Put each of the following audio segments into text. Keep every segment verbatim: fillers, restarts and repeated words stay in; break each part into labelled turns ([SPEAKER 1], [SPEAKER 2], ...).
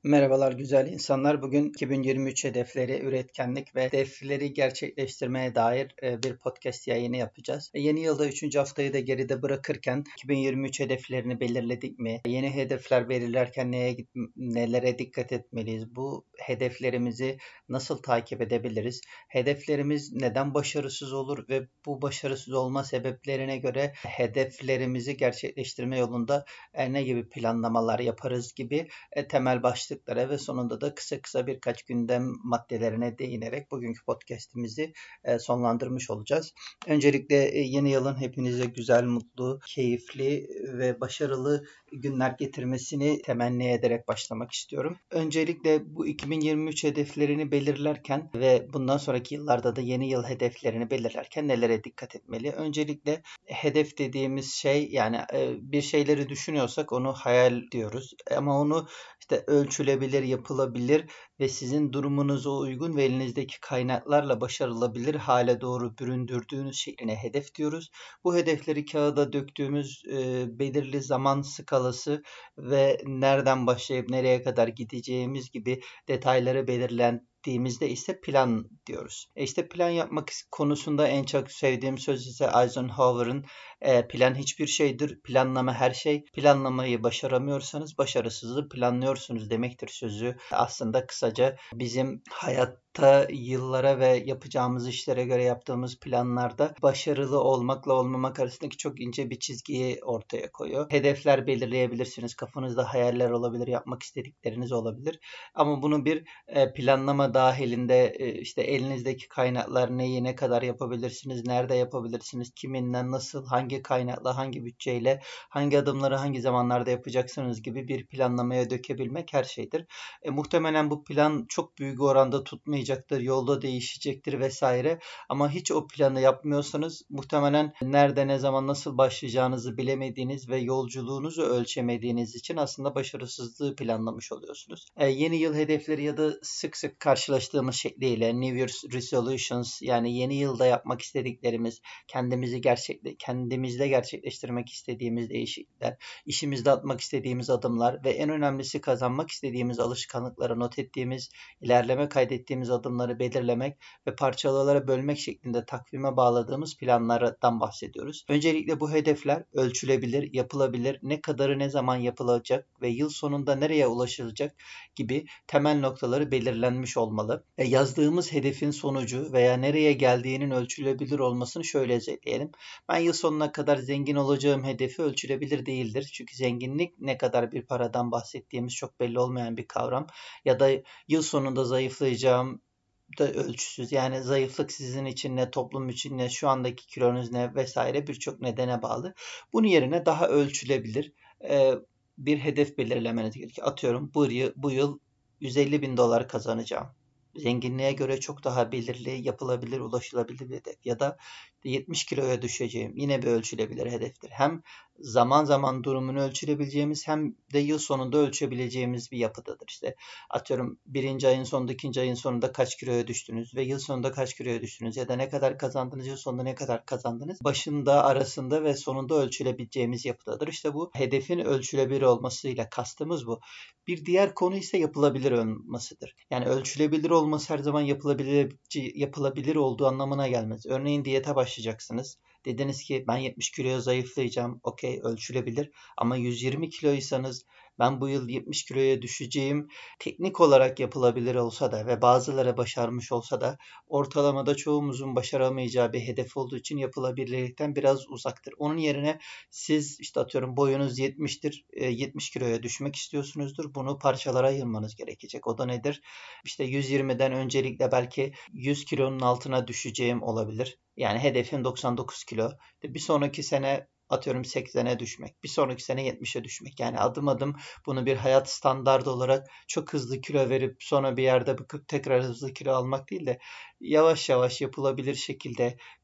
[SPEAKER 1] Merhabalar güzel insanlar. Bugün iki bin yirmi üç hedefleri, üretkenlik ve hedefleri gerçekleştirmeye dair e, bir podcast yayını yapacağız. E, Yeni yılda üçüncü haftayı da geride bırakırken iki bin yirmi üç hedeflerini belirledik mi? Yeni hedefler belirlerken neye git- nelere dikkat etmeliyiz? Bu hedeflerimizi nasıl takip edebiliriz? Hedeflerimiz neden başarısız olur ve bu başarısız olma sebeplerine göre hedeflerimizi gerçekleştirme yolunda e, ne gibi planlamalar yaparız gibi e, temel başlıklara ve sonunda da kısa kısa birkaç gündem maddelerine değinerek bugünkü podcast'imizi e, sonlandırmış olacağız. Öncelikle e, yeni yılın hepinize güzel, mutlu, keyifli ve başarılı günler getirmesini temenni ederek başlamak istiyorum. Öncelikle bu iki bin yirmi üç hedeflerini belirlerken ve bundan sonraki yıllarda da yeni yıl hedeflerini belirlerken nelere dikkat etmeli? Öncelikle hedef dediğimiz şey yani e, bir şeyleri düşünüyorsak onu hayal diyoruz. Ama onu işte ölçülebilir, yapılabilir ve sizin durumunuza uygun ve elinizdeki kaynaklarla başarılabilir hale doğru büründürdüğünüz şekline hedef diyoruz. Bu hedefleri kağıda döktüğümüz e, belirli zaman skalası ve nereden başlayıp nereye kadar gideceğimiz gibi detayları belirlendiğimizde ise plan diyoruz. E işte plan yapmak konusunda en çok sevdiğim söz ise Eisenhower'ın e, plan hiçbir şeydir, planlama her şey. Planlamayı başaramıyorsanız başarısızlığı planlıyorsunuz demektir sözü. Aslında kısaca bizim hayatta yıllara ve yapacağımız işlere göre yaptığımız planlarda başarılı olmakla olmamak arasındaki çok ince bir çizgiyi ortaya koyuyor. Hedefler belirleyebilirsiniz. Kafanızda hayaller olabilir, yapmak istedikleriniz olabilir. Ama bunu bir e, planlama dahilinde e, işte elinizdeki kaynaklar neyi ne kadar yapabilirsiniz, nerede yapabilirsiniz, kiminle, nasıl, hangi kaynakla, hangi bütçeyle, hangi adımları hangi zamanlarda yapacaksınız gibi bir planlamaya dökebilmek her şeydir. E, muhtemelen bu plan çok büyük oranda tutmayacaktır, yolda değişecektir vesaire. Ama hiç o planı yapmıyorsanız muhtemelen nerede, ne zaman, nasıl başlayacağınızı bilemediğiniz ve yolculuğunuzu ölçemediğiniz için aslında başarısızlığı planlamış oluyorsunuz. E, yeni yıl hedefleri ya da sık sık karşılaştığımız şekliyle New Year's Resolutions yani yeni yılda yapmak istediklerimiz, kendimizi gerçekle kendimizde gerçekleştirmek istediğimiz değişiklikler, işimizde atmak istediğimiz adımlar ve en önemlisi kazanmak istediğimiz alışkanlıkları not ettiğimiz, ilerleme kaydettiğimiz adımları belirlemek ve parçalara bölmek şeklinde takvime bağladığımız planlardan bahsediyoruz. Öncelikle bu hedefler ölçülebilir, yapılabilir, ne kadarı ne zaman yapılacak ve yıl sonunda nereye ulaşılacak gibi temel noktaları belirlenmiş olmalı. E, yazdığımız hedefin sonucu veya nereye geldiğinin ölçülebilir olmasını şöyle özetleyelim. Ben yıl sonuna kadar zengin olacağım hedefi ölçülebilir değildir. Çünkü zenginlik ne kadar bir paradan bahsettiğimiz çok belli olmayan bir kavram. Ya da yıl sonunda zayıflayacağım da ölçüsüz. Yani zayıflık sizin için ne, toplum için ne, şu andaki kilonuz ne vesaire birçok nedene bağlı. Bunun yerine daha ölçülebilir e, bir hedef belirlemeniz gerekiyor. Atıyorum bu yıl, bu yıl yüz elli bin dolar kazanacağım. Zenginliğe göre çok daha belirli, yapılabilir, ulaşılabilir bir hedef. Ya da yetmiş kiloya düşeceğim. Yine bir ölçülebilir hedeftir. Hem zaman zaman durumunu ölçülebileceğimiz hem de yıl sonunda ölçebileceğimiz bir yapıdadır. İşte atıyorum birinci ayın sonunda, ikinci ayın sonunda kaç kiloya düştünüz ve yıl sonunda kaç kiloya düştünüz ya da ne kadar kazandınız, yıl sonunda ne kadar kazandınız. Başında, arasında ve sonunda ölçülebileceğimiz yapıdadır. İşte bu hedefin ölçülebilir olmasıyla kastımız bu. Bir diğer konu ise yapılabilir olmasıdır. Yani ölçülebilir olması her zaman yapılabilir, yapılabilir olduğu anlamına gelmez. Örneğin diyete başlayacaksınız. Dediniz ki ben yetmiş kiloya zayıflayacağım. Okey, ölçülebilir. Ama yüz yirmi kiloysanız ben bu yıl yetmiş kiloya düşeceğim. Teknik olarak yapılabilir olsa da ve bazıları başarmış olsa da ortalamada çoğumuzun başaramayacağı bir hedef olduğu için yapılabilirlikten biraz uzaktır. Onun yerine siz işte atıyorum boyunuz yetmiştir. yetmiş kiloya düşmek istiyorsunuzdur. Bunu parçalara ayırmanız gerekecek. O da nedir? İşte yüz yirmiden öncelikle belki yüz kilonun altına düşeceğim olabilir. Yani hedefim doksan dokuz kilo. Bir sonraki sene atıyorum seksene düşmek. Bir sonraki sene yetmişe düşmek. Yani adım adım bunu bir hayat standardı olarak çok hızlı kilo verip sonra bir yerde bıkıp tekrar hızlı kilo almak değil de yavaş yavaş yapılabilir şekilde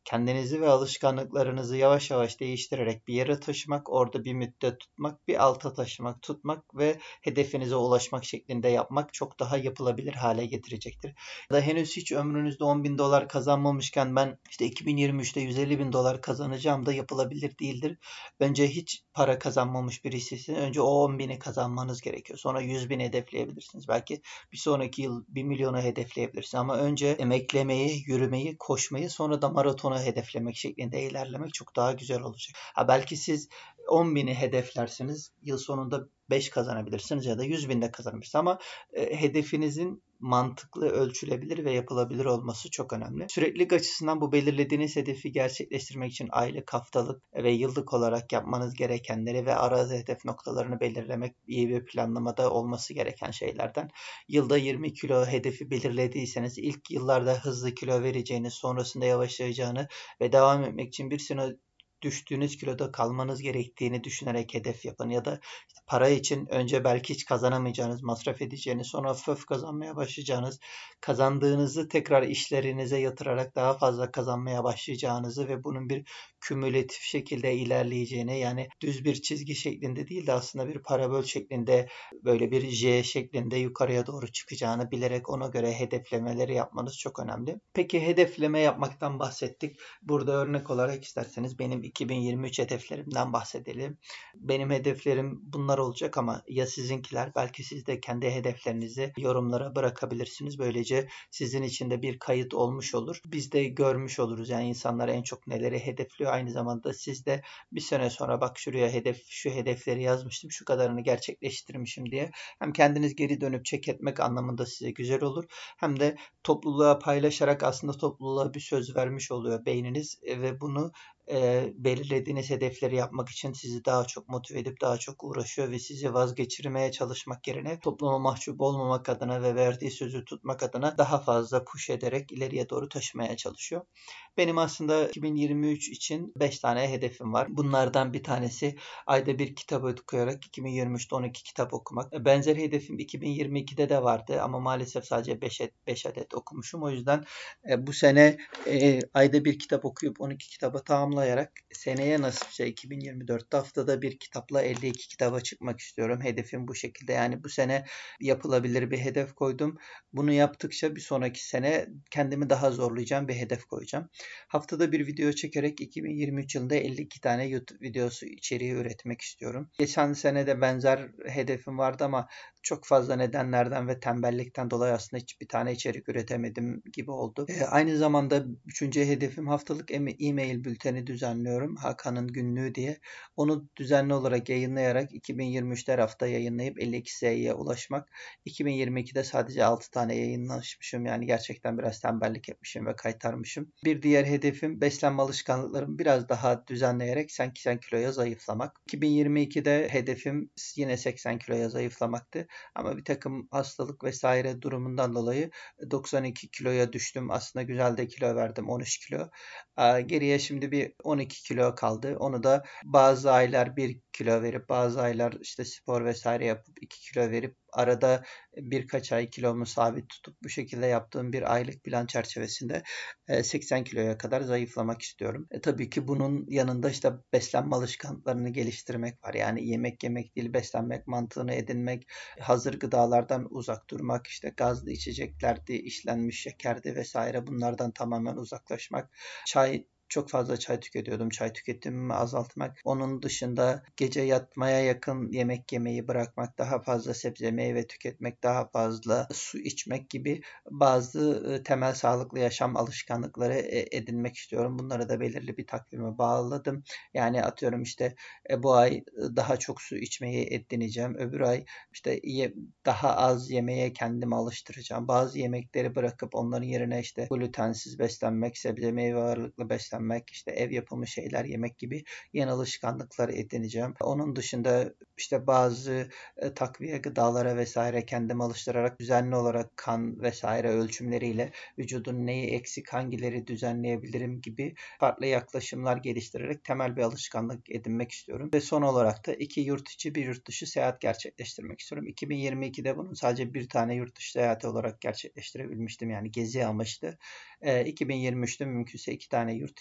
[SPEAKER 1] kendinizi ve alışkanlıklarınızı yavaş yavaş değiştirerek bir yere taşımak, orada bir müddet tutmak, bir alta taşımak, tutmak ve hedefinize ulaşmak şeklinde yapmak çok daha yapılabilir hale getirecektir. Ya da henüz hiç ömrünüzde on bin dolar kazanmamışken ben işte iki bin yirmi üçte yüz elli bin dolar kazanacağım da yapılabilir değildir. Önce hiç para kazanmamış birisiyseniz önce o on bini kazanmanız gerekiyor. Sonra yüz bin hedefleyebilirsiniz. Belki bir sonraki yıl bir milyonu hedefleyebilirsiniz. Ama önce emeklemeyi, yürümeyi, koşmayı, sonra da maratonu hedeflemek şeklinde ilerlemek çok daha güzel olacak. Ha belki siz on bini hedeflersiniz. Yıl sonunda beş kazanabilirsiniz ya da yüz bin de kazanabilirsiniz. Ama e, hedefinizin mantıklı, ölçülebilir ve yapılabilir olması çok önemli. Süreklilik açısından bu belirlediğiniz hedefi gerçekleştirmek için aylık, haftalık ve yıllık olarak yapmanız gerekenleri ve ara hedef noktalarını belirlemek iyi bir planlamada olması gereken şeylerden. Yılda yirmi kilo hedefi belirlediyseniz ilk yıllarda hızlı kilo vereceğiniz, sonrasında yavaşlayacağını ve devam etmek için bir sene düştüğünüz kiloda kalmanız gerektiğini düşünerek hedef yapın ya da işte para için önce belki hiç kazanamayacağınız, masraf edeceğiniz, sonra hafif hafif kazanmaya başlayacağınız, kazandığınızı tekrar işlerinize yatırarak daha fazla kazanmaya başlayacağınızı ve bunun bir kümülatif şekilde ilerleyeceğini, yani düz bir çizgi şeklinde değil de aslında bir parabol şeklinde, böyle bir J şeklinde yukarıya doğru çıkacağını bilerek ona göre hedeflemeleri yapmanız çok önemli. Peki hedefleme yapmaktan bahsettik. Burada örnek olarak isterseniz benim iki bin yirmi üç hedeflerimden bahsedelim. Benim hedeflerim bunlar olacak ama ya sizinkiler? Belki siz de kendi hedeflerinizi yorumlara bırakabilirsiniz. Böylece sizin için de bir kayıt olmuş olur. Biz de görmüş oluruz. Yani insanlar en çok neleri hedefliyor. Aynı zamanda siz de bir sene sonra bak şuraya hedef, şu hedefleri yazmıştım, şu kadarını gerçekleştirmişim diye hem kendiniz geri dönüp check etmek anlamında size güzel olur. Hem de topluluğa paylaşarak aslında topluluğa bir söz vermiş oluyor beyniniz ve bunu e, belirlediğiniz hedefleri yapmak için sizi daha çok motive edip daha çok uğraşıyor ve sizi vazgeçirmeye çalışmak yerine topluma mahcup olmamak adına ve verdiği sözü tutmak adına daha fazla push ederek ileriye doğru taşımaya çalışıyor. Benim aslında iki bin yirmi üç için beş tane hedefim var. Bunlardan bir tanesi ayda bir kitap okuyarak iki bin yirmi üçte on iki kitap okumak. Benzer hedefim iki bin yirmi ikide de vardı ama maalesef sadece beş adet okumuşum. O yüzden bu sene e, ayda bir kitap okuyup on iki kitaba tamamlayarak seneye nasipse iki bin yirmi dörtte haftada bir kitapla elli iki kitaba çıkmak istiyorum. Hedefim bu şekilde. Yani bu sene yapılabilir bir hedef koydum. Bunu yaptıkça bir sonraki sene kendimi daha zorlayacağım bir hedef koyacağım. Haftada bir video çekerek iki bin yirmi üç yılında elli iki tane YouTube videosu içeriği üretmek istiyorum. Geçen sene de benzer hedefim vardı ama çok fazla nedenlerden ve tembellikten dolayı aslında hiçbir tane içerik üretemedim gibi oldu. E, aynı zamanda üçüncü hedefim haftalık e-mail bülteni düzenliyorum. Hakan'ın günlüğü diye. Onu düzenli olarak yayınlayarak iki bin yirmi üçte her hafta yayınlayıp elli iki sayıya ulaşmak. iki bin yirmi ikide sadece altı tane yayınlamışım. Yani gerçekten biraz tembellik etmişim ve kaytarmışım. Bir diğer hedefim beslenme alışkanlıklarımı biraz daha düzenleyerek seksen kiloya zayıflamak. iki bin yirmi ikide hedefim yine seksen kiloya zayıflamaktı. Ama bir takım hastalık vesaire durumundan dolayı doksan iki kiloya düştüm. Aslında güzel de kilo verdim, on üç kilo. Geriye şimdi bir on iki kilo kaldı. Onu da bazı aylar bir kilo verip bazı aylar işte spor vesaire yapıp iki kilo verip arada birkaç ay kilomu sabit tutup bu şekilde yaptığım bir aylık plan çerçevesinde seksen kiloya kadar zayıflamak istiyorum. E, tabii ki bunun yanında işte beslenme alışkanlıklarını geliştirmek var. Yani yemek yemek değil, beslenmek mantığını edinmek, hazır gıdalardan uzak durmak, işte gazlı içeceklerdi, işlenmiş şekerdi vesaire bunlardan tamamen uzaklaşmak. Çay Çok fazla çay tüketiyordum. Çay tüketimimi azaltmak. Onun dışında gece yatmaya yakın yemek yemeyi bırakmak, daha fazla sebze meyve tüketmek, daha fazla su içmek gibi bazı temel sağlıklı yaşam alışkanlıkları edinmek istiyorum. Bunları da belirli bir takvime bağladım. Yani atıyorum işte bu ay daha çok su içmeyi edineceğim. Öbür ay işte daha az yemeye kendimi alıştıracağım. Bazı yemekleri bırakıp onların yerine işte glutensiz beslenmek, sebze meyve ağırlıklı beslenmek, işte ev yapımı şeyler yemek gibi yeni alışkanlıklar edineceğim. Onun dışında işte bazı e, takviye gıdalara vesaire kendimi alıştırarak düzenli olarak kan vesaire ölçümleriyle vücudun neyi eksik, hangileri düzenleyebilirim gibi farklı yaklaşımlar geliştirerek temel bir alışkanlık edinmek istiyorum. Ve son olarak da iki yurt içi bir yurt dışı seyahat gerçekleştirmek istiyorum. iki bin yirmi ikide bunun sadece bir tane yurt dışı seyahati olarak gerçekleştirebilmiştim. Yani gezi amaçlı. E, iki bin yirmi üçte mümkünse iki tane yurt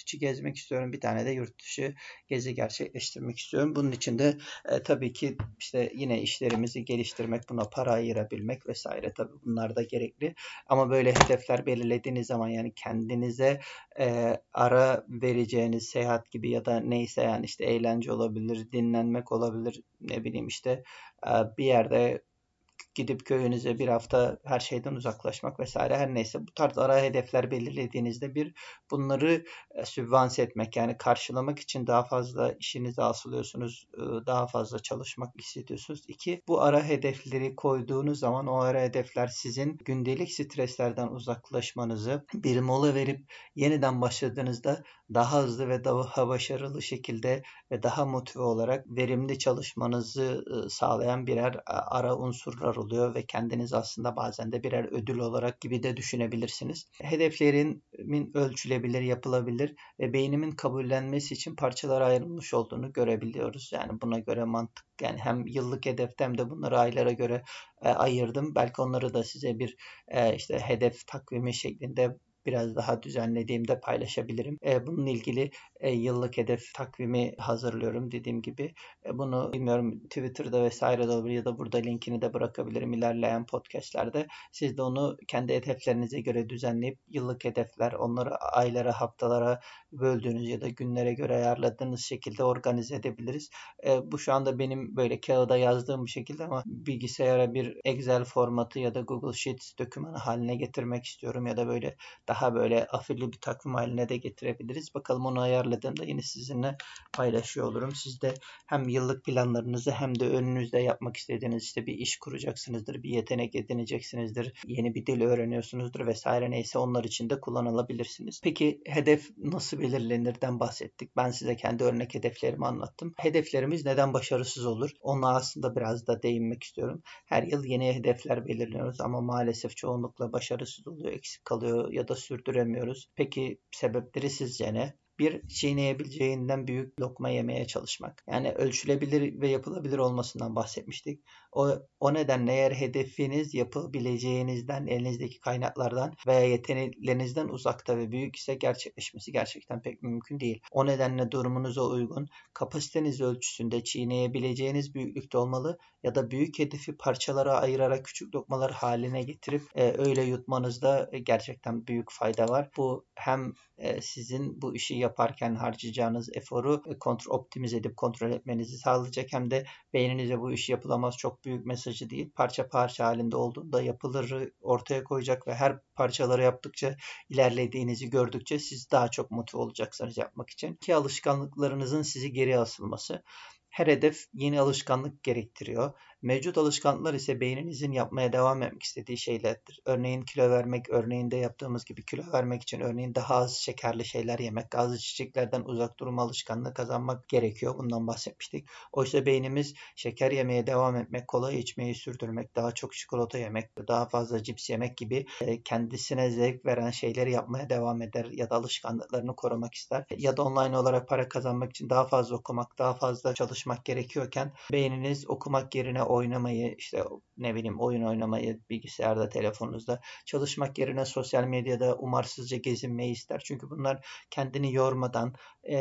[SPEAKER 1] içi gezmek istiyorum. Bir tane de yurt dışı gezi gerçekleştirmek istiyorum. Bunun için de e, tabii ki işte yine işlerimizi geliştirmek, buna para ayırabilmek vesaire, tabii bunlar da gerekli. Ama böyle hedefler belirlediğiniz zaman, yani kendinize e, ara vereceğiniz seyahat gibi ya da neyse, yani işte eğlence olabilir, dinlenmek olabilir, ne bileyim işte e, bir yerde gidip köyünüze bir hafta her şeyden uzaklaşmak vesaire, her neyse, bu tarz ara hedefler belirlediğinizde bir, bunları e, sübvanse etmek, yani karşılamak için daha fazla işinize asılıyorsunuz, e, daha fazla çalışmak hissediyorsunuz. İki, bu ara hedefleri koyduğunuz zaman o ara hedefler sizin gündelik streslerden uzaklaşmanızı, bir mola verip yeniden başladığınızda daha hızlı ve daha başarılı şekilde ve daha motive olarak verimli çalışmanızı e, sağlayan birer e, ara unsurlar oluyor ve kendiniz aslında bazen de birer ödül olarak gibi de düşünebilirsiniz. Hedeflerimin ölçülebilir, yapılabilir ve beynimin kabullenmesi için parçalara ayrılmış olduğunu görebiliyoruz. Yani buna göre mantık, yani hem yıllık hedefte hem de bunları aylara göre e, ayırdım. Belki onları da size bir e, işte hedef takvimi şeklinde biraz daha düzenlediğimde paylaşabilirim. E, bununla ilgili e, yıllık hedef takvimi hazırlıyorum dediğim gibi. E, bunu bilmiyorum, Twitter'da vesaire de olabilir ya da burada linkini de bırakabilirim ilerleyen podcastlerde. Siz de onu kendi hedeflerinize göre düzenleyip yıllık hedefler, onları aylara, haftalara böldüğünüz ya da günlere göre ayarladığınız şekilde organize edebiliriz. E, bu şu anda benim böyle kağıda yazdığım bir şekilde, ama bilgisayara bir Excel formatı ya da Google Sheets dokümanı haline getirmek istiyorum ya da böyle daha böyle afilli bir takvim haline de getirebiliriz. Bakalım, onu ayarladığımda yine sizinle paylaşıyor olurum. Siz de hem yıllık planlarınızı hem de önünüzde yapmak istediğiniz, işte bir iş kuracaksınızdır, bir yetenek edineceksinizdir, yeni bir dil öğreniyorsunuzdur vesaire, neyse, onlar için de kullanılabilirsiniz. Peki hedef nasıl belirlenirden bahsettik. Ben size kendi örnek hedeflerimi anlattım. Hedeflerimiz neden başarısız olur? Ona aslında biraz da değinmek istiyorum. Her yıl yeni hedefler belirliyoruz ama maalesef çoğunlukla başarısız oluyor, eksik kalıyor ya da sürdüremiyoruz. Peki sebepleri sizce ne? Bir, çiğneyebileceğinden büyük lokma yemeye çalışmak. Yani ölçülebilir ve yapılabilir olmasından bahsetmiştik. O, o nedenle eğer hedefiniz yapabileceğinizden, elinizdeki kaynaklardan veya yeteneklerinizden uzakta ve büyük ise gerçekleşmesi gerçekten pek mümkün değil. O nedenle durumunuza uygun, kapasiteniz ölçüsünde çiğneyebileceğiniz büyüklükte olmalı ya da büyük hedefi parçalara ayırarak küçük lokmalar haline getirip e, öyle yutmanızda e, gerçekten büyük fayda var. Bu hem e, sizin bu işi yaparken harcayacağınız eforu e, kontrol optimize edip kontrol etmenizi sağlayacak, hem de beyninize bu iş yapılamaz, çok büyük mesajı değil, parça parça halinde olduğunda yapılır ortaya koyacak ve her parçaları yaptıkça, ilerlediğinizi gördükçe siz daha çok motive olacaksınız yapmak için. Ki alışkanlıklarınızın sizi geri asılması. Her hedef yeni alışkanlık gerektiriyor. Mevcut alışkanlıklar ise beyninizin yapmaya devam etmek istediği şeylerdir. Örneğin kilo vermek, örneğinde yaptığımız gibi kilo vermek için örneğin daha az şekerli şeyler yemek, gazlı içeceklerden uzak durma alışkanlığı kazanmak gerekiyor. Bundan bahsetmiştik. Oysa beynimiz şeker yemeye devam etmek, kola içmeyi sürdürmek, daha çok çikolata yemek, daha fazla cips yemek gibi kendisine zevk veren şeyleri yapmaya devam eder ya da alışkanlıklarını korumak ister. Ya da online olarak para kazanmak için daha fazla okumak, daha fazla çalışmak gerekiyorken beyniniz okumak yerine oynamayı, işte ne bileyim oyun oynamayı, bilgisayarda, telefonunuzda çalışmak yerine sosyal medyada umarsızca gezinmeyi ister. Çünkü bunlar kendini yormadan e,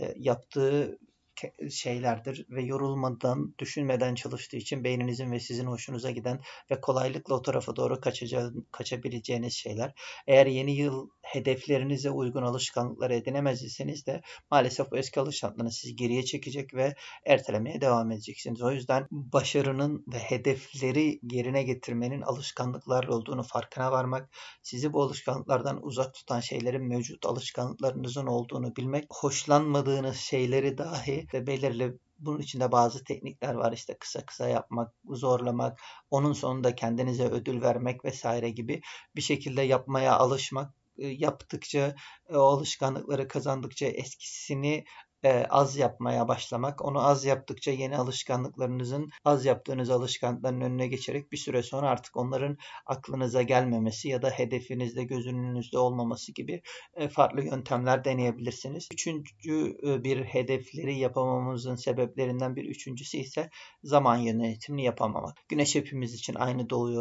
[SPEAKER 1] yaptığı şeylerdir ve yorulmadan, düşünmeden çalıştığı için beyninizin ve sizin hoşunuza giden ve kolaylıkla o tarafa doğru kaçabileceğiniz şeyler. Eğer yeni yıl hedeflerinize uygun alışkanlıklar edinemez iseniz de maalesef bu eski alışkanlıklarınız sizi geriye çekecek ve ertelemeye devam edeceksiniz. O yüzden başarının ve hedefleri yerine getirmenin alışkanlıklarla olduğunu farkına varmak, sizi bu alışkanlıklardan uzak tutan şeylerin mevcut alışkanlıklarınızın olduğunu bilmek, hoşlanmadığınız şeyleri dahi ve belirli, bunun içinde bazı teknikler var, işte kısa kısa yapmak, zorlamak, onun sonunda kendinize ödül vermek vesaire gibi bir şekilde yapmaya alışmak, yaptıkça o alışkanlıkları kazandıkça eskisini az yapmaya başlamak, onu az yaptıkça yeni alışkanlıklarınızın, az yaptığınız alışkanlıkların önüne geçerek bir süre sonra artık onların aklınıza gelmemesi ya da hedefinizde, gözünüzde olmaması gibi farklı yöntemler deneyebilirsiniz. Üçüncü bir hedefleri yapamamamızın sebeplerinden bir üçüncüsü ise zaman yönetimini yapamamak. Güneş hepimiz için aynı doğuyor.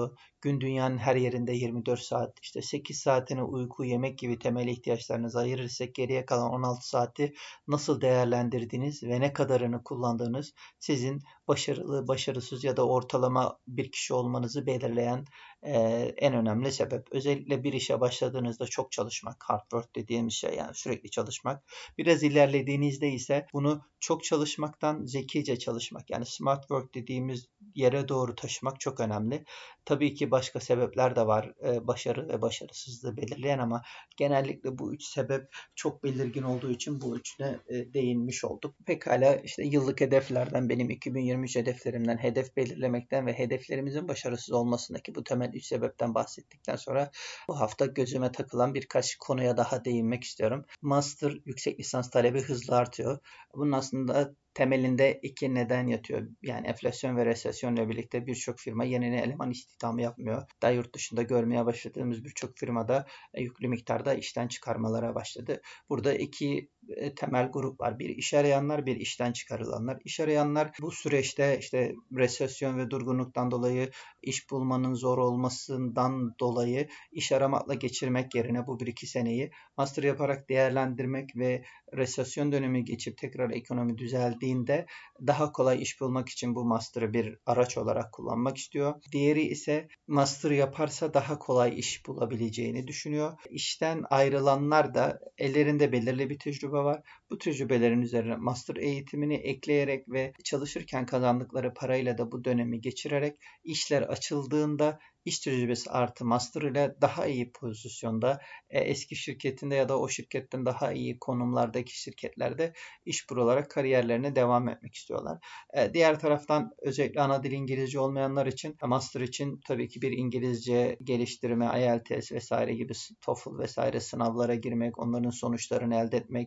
[SPEAKER 1] gün dünyanın her yerinde yirmi dört saat, işte sekiz saatini uyku, yemek gibi temel ihtiyaçlarınızı ayırırsak geriye kalan on altı saati nasıl değerlendirdiğiniz ve ne kadarını kullandığınız sizin başarılı, başarısız ya da ortalama bir kişi olmanızı belirleyen e, en önemli sebep. Özellikle bir işe başladığınızda çok çalışmak, hard work dediğimiz şey, yani sürekli çalışmak. Biraz ilerlediğinizde ise bunu çok çalışmaktan zekice çalışmak, yani smart work dediğimiz yere doğru taşımak çok önemli. Tabii ki başka sebepler de var e, başarı ve başarısızlığı belirleyen, ama genellikle bu üç sebep çok belirgin olduğu için bu üçüne e, değinmiş olduk. Pekala, işte yıllık hedeflerden, benim iki bin yirmi üç hedeflerimden, hedef belirlemekten ve hedeflerimizin başarısız olmasındaki bu temel üç sebepten bahsettikten sonra bu hafta gözüme takılan birkaç konuya daha değinmek istiyorum. Master yüksek lisans talebi hızla artıyor. Bunun aslında temelinde iki neden yatıyor. Yani enflasyon ve resesyonla birlikte birçok firma yeni eleman istihdamı yapmıyor. Daha yurt dışında görmeye başladığımız birçok firmada yüklü miktarda işten çıkarmalara başladı. Burada iki temel grup var. Bir iş arayanlar, bir işten çıkarılanlar. İş arayanlar bu süreçte işte resesyon ve durgunluktan dolayı iş bulmanın zor olmasından dolayı iş aramakla geçirmek yerine bu bir iki seneyi master yaparak değerlendirmek ve resesyon dönemi geçip tekrar ekonomi düzeldiğinde daha kolay iş bulmak için bu master'ı bir araç olarak kullanmak istiyor. Diğeri ise master yaparsa daha kolay iş bulabileceğini düşünüyor. İşten ayrılanlar da ellerinde belirli bir tecrübe var. Bu tecrübelerin üzerine master eğitimini ekleyerek ve çalışırken kazandıkları parayla da bu dönemi geçirerek işler açıldığında iş tecrübesi artı master ile daha iyi pozisyonda, eski şirketinde ya da o şirketten daha iyi konumlardaki şirketlerde iş bularak kariyerlerine devam etmek istiyorlar. Diğer taraftan özellikle ana dil İngilizce olmayanlar için master için tabii ki bir İngilizce geliştirme, I E L T S vesaire gibi, TOEFL vesaire sınavlara girmek, onların sonuçlarını elde etmek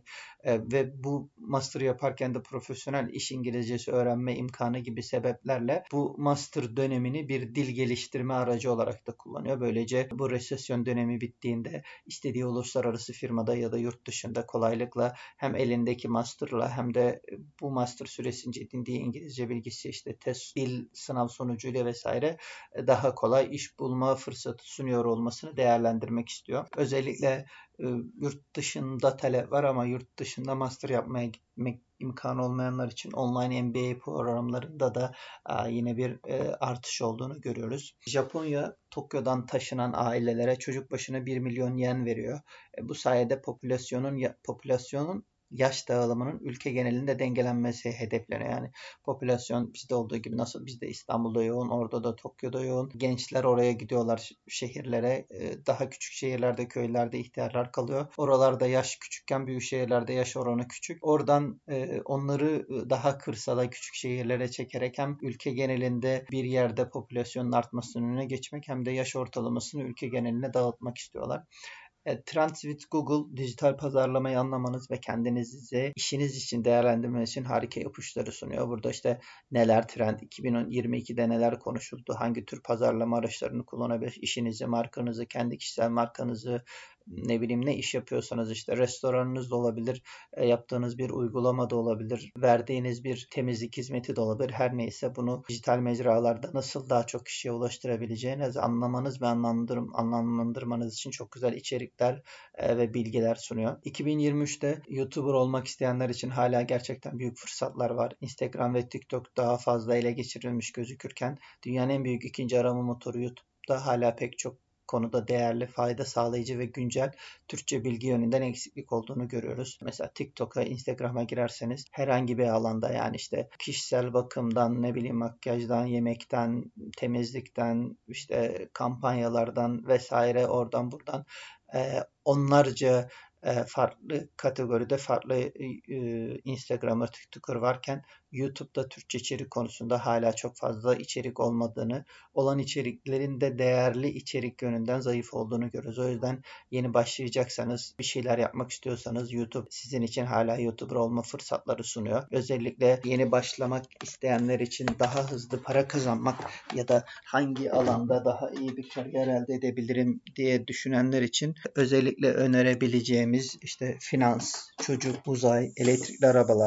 [SPEAKER 1] ve bu master yaparken de profesyonel iş İngilizcesi öğrenme imkanı gibi sebeplerle bu master dönemini bir dil geliştirme aracı olarak da kullanıyor. Böylece bu resesyon dönemi bittiğinde istediği uluslararası firmada ya da yurt dışında kolaylıkla hem elindeki master'la hem de bu master süresince edindiği İngilizce bilgisi, işte test, dil sınav sonucuyla vesaire daha kolay iş bulma fırsatı sunuyor olmasını değerlendirmek istiyor. Özellikle yurt dışında talep var ama yurt dışında master yapmaya gitmek imkanı olmayanlar için online M B A programlarında da yine bir artış olduğunu görüyoruz. Japonya, Tokyo'dan taşınan ailelere çocuk başına bir milyon yen veriyor. Bu sayede popülasyonun popülasyonun yaş dağılımının ülke genelinde dengelenmesi hedefleniyor. Yani popülasyon bizde olduğu gibi, nasıl bizde İstanbul'da yoğun, orada da Tokyo'da yoğun. Gençler oraya gidiyorlar, şehirlere. Daha küçük şehirlerde, köylerde ihtiyarlar kalıyor. Oralarda yaş küçükken büyük şehirlerde yaş oranı küçük. Oradan onları daha kırsala, küçük şehirlere çekerek hem ülke genelinde bir yerde popülasyonun artmasının önüne geçmek hem de yaş ortalamasını ülke geneline dağıtmak istiyorlar. Trends with Google, dijital pazarlamayı anlamanız ve kendinizi işiniz için değerlendirmeniz için harika ipuçları sunuyor. Burada işte neler trend, iki bin yirmi ikide neler konuşuldu, hangi tür pazarlama araçlarını kullanabilir, işinizi, markanızı, kendi kişisel markanızı, ne bileyim ne iş yapıyorsanız, işte restoranınız da olabilir, yaptığınız bir uygulama da olabilir, verdiğiniz bir temizlik hizmeti de olabilir. Her neyse, bunu dijital mecralarda nasıl daha çok kişiye ulaştırabileceğinizi anlamanız ve anlamlandırm anlamlandırmanız için çok güzel içerikler ve bilgiler sunuyor. iki bin yirmi üçte YouTuber olmak isteyenler için hala gerçekten büyük fırsatlar var. Instagram ve TikTok daha fazla ele geçirilmiş gözükürken dünyanın en büyük ikinci arama motoru YouTube'da hala pek çok konuda değerli, fayda sağlayıcı ve güncel Türkçe bilgi yönünden eksiklik olduğunu görüyoruz. Mesela TikTok'a, Instagram'a girerseniz herhangi bir alanda, yani işte kişisel bakımdan, ne bileyim makyajdan, yemekten, temizlikten, işte kampanyalardan vesaire, oradan buradan e, onlarca e, farklı kategoride farklı e, Instagram'da, TikTok'er varken YouTube'da Türkçe içerik konusunda hala çok fazla içerik olmadığını, olan içeriklerin de değerli içerik yönünden zayıf olduğunu görüyoruz. O yüzden yeni başlayacaksanız, bir şeyler yapmak istiyorsanız YouTube sizin için hala YouTuber olma fırsatları sunuyor. Özellikle yeni başlamak isteyenler için daha hızlı para kazanmak ya da hangi alanda daha iyi bir kariyer elde edebilirim diye düşünenler için özellikle önerebileceğimiz işte finans, çocuk, uzay, elektrikli arabalar,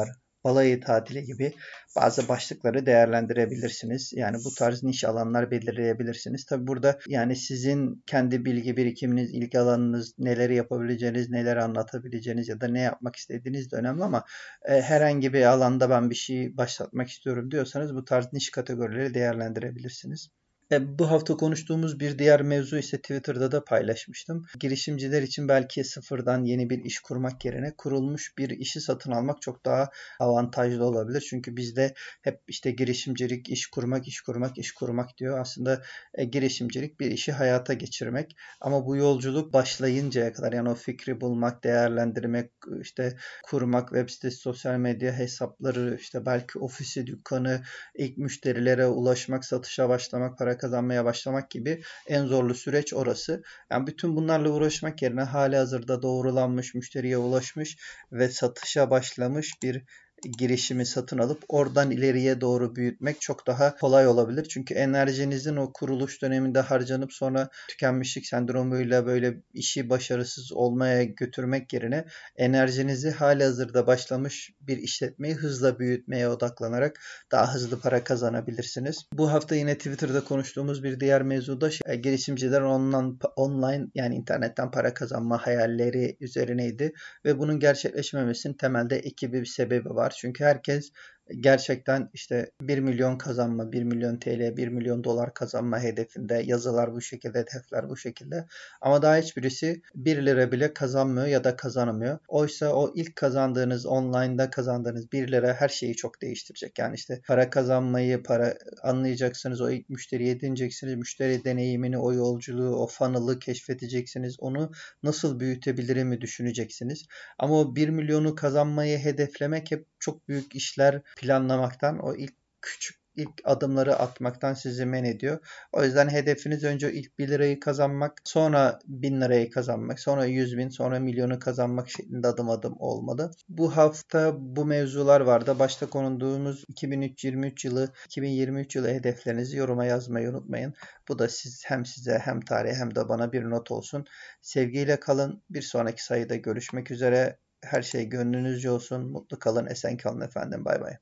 [SPEAKER 1] balayı tatili gibi bazı başlıkları değerlendirebilirsiniz. Yani bu tarz niş alanlar belirleyebilirsiniz. Tabi burada yani sizin kendi bilgi birikiminiz, ilgi alanınız, neleri yapabileceğiniz, neleri anlatabileceğiniz ya da ne yapmak istediğiniz de önemli ama e, herhangi bir alanda ben bir şey başlatmak istiyorum diyorsanız bu tarz niş kategorileri değerlendirebilirsiniz. E, Bu hafta konuştuğumuz bir diğer mevzu ise Twitter'da da paylaşmıştım. Girişimciler için belki sıfırdan yeni bir iş kurmak yerine kurulmuş bir işi satın almak çok daha avantajlı olabilir. Çünkü bizde hep işte girişimcilik, iş kurmak, iş kurmak, iş kurmak diyor. Aslında e, girişimcilik bir işi hayata geçirmek. Ama bu yolculuk başlayıncaya kadar yani o fikri bulmak, değerlendirmek, işte kurmak, web sitesi, sosyal medya hesapları, işte belki ofisi, dükkanı, ilk müşterilere ulaşmak, satışa başlamak, para kazanmaya başlamak gibi en zorlu süreç orası. Yani bütün bunlarla uğraşmak yerine halihazırda doğrulanmış, müşteriye ulaşmış ve satışa başlamış bir girişimi satın alıp oradan ileriye doğru büyütmek çok daha kolay olabilir. Çünkü enerjinizin o kuruluş döneminde harcanıp sonra tükenmişlik sendromuyla böyle işi başarısız olmaya götürmek yerine enerjinizi halihazırda başlamış bir işletmeyi hızla büyütmeye odaklanarak daha hızlı para kazanabilirsiniz. Bu hafta yine Twitter'da konuştuğumuz bir diğer mevzu da şey, girişimciler online, online yani internetten para kazanma hayalleri üzerineydi ve bunun gerçekleşmemesinin temelde ekibi bir sebebi var. Çünkü herkes gerçekten işte bir milyon kazanma, bir milyon T L, bir milyon dolar kazanma hedefinde. Yazılar bu şekilde, hedefler bu şekilde. Ama daha hiçbirisi bir lira bile kazanmıyor ya da kazanamıyor. Oysa o ilk kazandığınız, online'da kazandığınız bir lira her şeyi çok değiştirecek. Yani işte para kazanmayı, para anlayacaksınız, o ilk müşteriye edineceksiniz, müşteri deneyimini, o yolculuğu, o funnel'ı keşfedeceksiniz, onu nasıl büyütebilirimi düşüneceksiniz. Ama o bir milyonu kazanmayı hedeflemek hep çok büyük işler planlamaktan, o ilk küçük ilk adımları atmaktan sizi men ediyor. O yüzden hedefiniz önce ilk bir lirayı kazanmak, sonra bin lirayı kazanmak, sonra yüz bin, sonra milyonu kazanmak şeklinde adım adım olmalı. Bu hafta bu mevzular vardı. Başta konuştuğumuz iki bin yirmi üç yılı, iki bin yirmi üç yılı hedeflerinizi yoruma yazmayı unutmayın. Bu da siz hem size hem tarihe hem de bana bir not olsun. Sevgiyle kalın. Bir sonraki sayıda görüşmek üzere. Her şey gönlünüzce olsun. Mutlu kalın, esen kalın efendim. Bay bay.